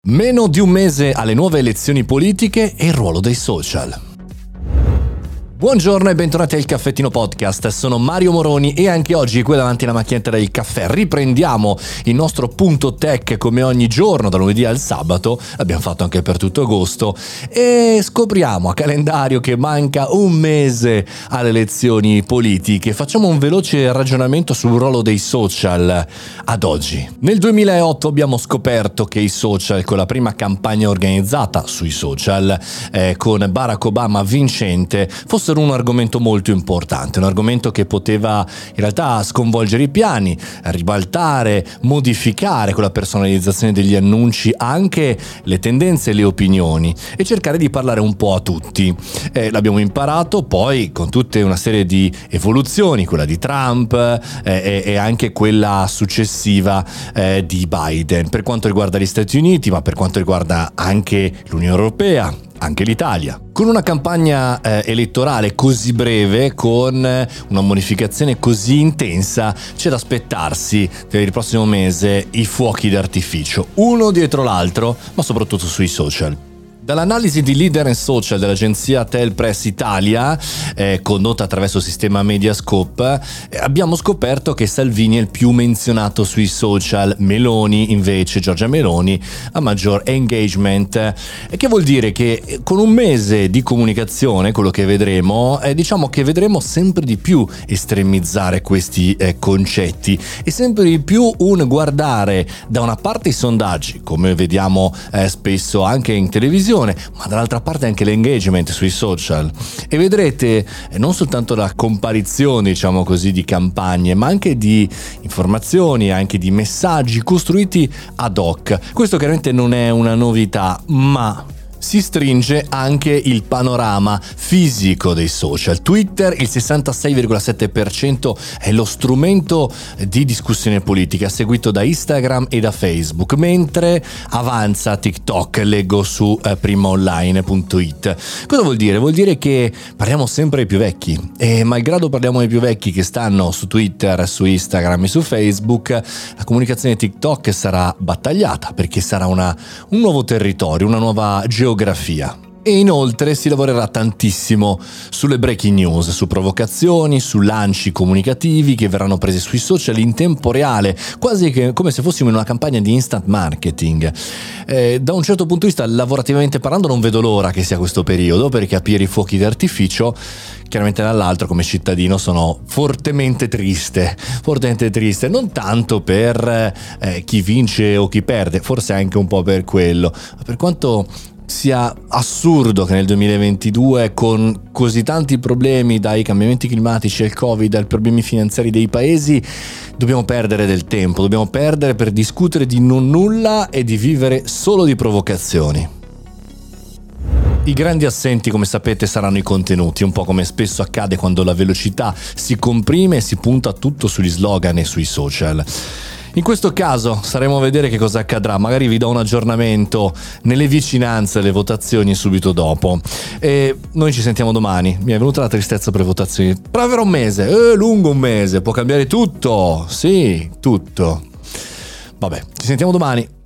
Meno di un mese alle nuove elezioni politiche e il ruolo dei social. Buongiorno e bentornati al Caffettino Podcast, sono Mario Moroni e anche oggi qui davanti alla macchinetta del caffè riprendiamo il nostro punto tech come ogni giorno, da lunedì al sabato, l'abbiamo fatto anche per tutto agosto e scopriamo a calendario che manca un mese alle elezioni politiche. Facciamo un veloce ragionamento sul ruolo dei social ad oggi. Nel 2008 abbiamo scoperto che i social, con la prima campagna organizzata sui social con Barack Obama vincente, fossero un argomento molto importante, un argomento che poteva in realtà sconvolgere i piani, ribaltare, modificare con la personalizzazione degli annunci anche le tendenze e le opinioni e cercare di parlare un po' a tutti. L'abbiamo imparato poi con tutta una serie di evoluzioni, quella di Trump e anche quella successiva di Biden, per quanto riguarda gli Stati Uniti, ma per quanto riguarda anche l'Unione Europea, anche l'Italia. Con una campagna elettorale così breve, con una bonificazione così intensa, c'è da aspettarsi per il prossimo mese i fuochi d'artificio, uno dietro l'altro, ma soprattutto sui social. Dall'analisi di leader in social dell'agenzia Tel Press Italia, condotta attraverso il sistema Mediascope, abbiamo scoperto che Salvini è il più menzionato sui social, Meloni invece, Giorgia Meloni, ha maggior engagement, che vuol dire che con un mese di comunicazione, quello che vedremo, diciamo che vedremo sempre di più estremizzare questi concetti e sempre di più un guardare da una parte i sondaggi, come vediamo spesso anche in televisione, ma dall'altra parte anche l'engagement sui social, e vedrete non soltanto la comparizione, diciamo così, di campagne, ma anche di informazioni, anche di messaggi costruiti ad hoc. Questo chiaramente non è una novità, ma si stringe anche il panorama fisico dei social. Twitter, il 66,7% è lo strumento di discussione politica, seguito da Instagram e da Facebook, mentre avanza TikTok, leggo su primaonline.it. Cosa vuol dire? Vuol dire che parliamo sempre ai più vecchi e malgrado parliamo ai più vecchi che stanno su Twitter, su Instagram e su Facebook, la comunicazione TikTok sarà battagliata perché sarà un nuovo territorio, una nuova geografia. E inoltre si lavorerà tantissimo sulle breaking news, su provocazioni, su lanci comunicativi che verranno presi sui social in tempo reale, quasi che come se fossimo in una campagna di instant marketing. Da un certo punto di vista, lavorativamente parlando, non vedo l'ora che sia questo periodo per capire i fuochi d'artificio. Chiaramente dall'altro, come cittadino, sono fortemente triste, non tanto per chi vince o chi perde, forse anche un po' per quello, per quanto sia assurdo che nel 2022, con così tanti problemi, dai cambiamenti climatici al Covid, ai problemi finanziari dei paesi, dobbiamo perdere del tempo, dobbiamo perdere per discutere di non nulla e di vivere solo di provocazioni. I grandi assenti, come sapete, saranno i contenuti, un po' come spesso accade quando la velocità si comprime e si punta tutto sugli slogan e sui social. In questo caso saremo a vedere che cosa accadrà, magari vi do un aggiornamento nelle vicinanze delle votazioni subito dopo. E noi ci sentiamo domani. Mi è venuta la tristezza per le votazioni. Però avrà un mese, lungo un mese, può cambiare tutto, sì, tutto. Vabbè, ci sentiamo domani.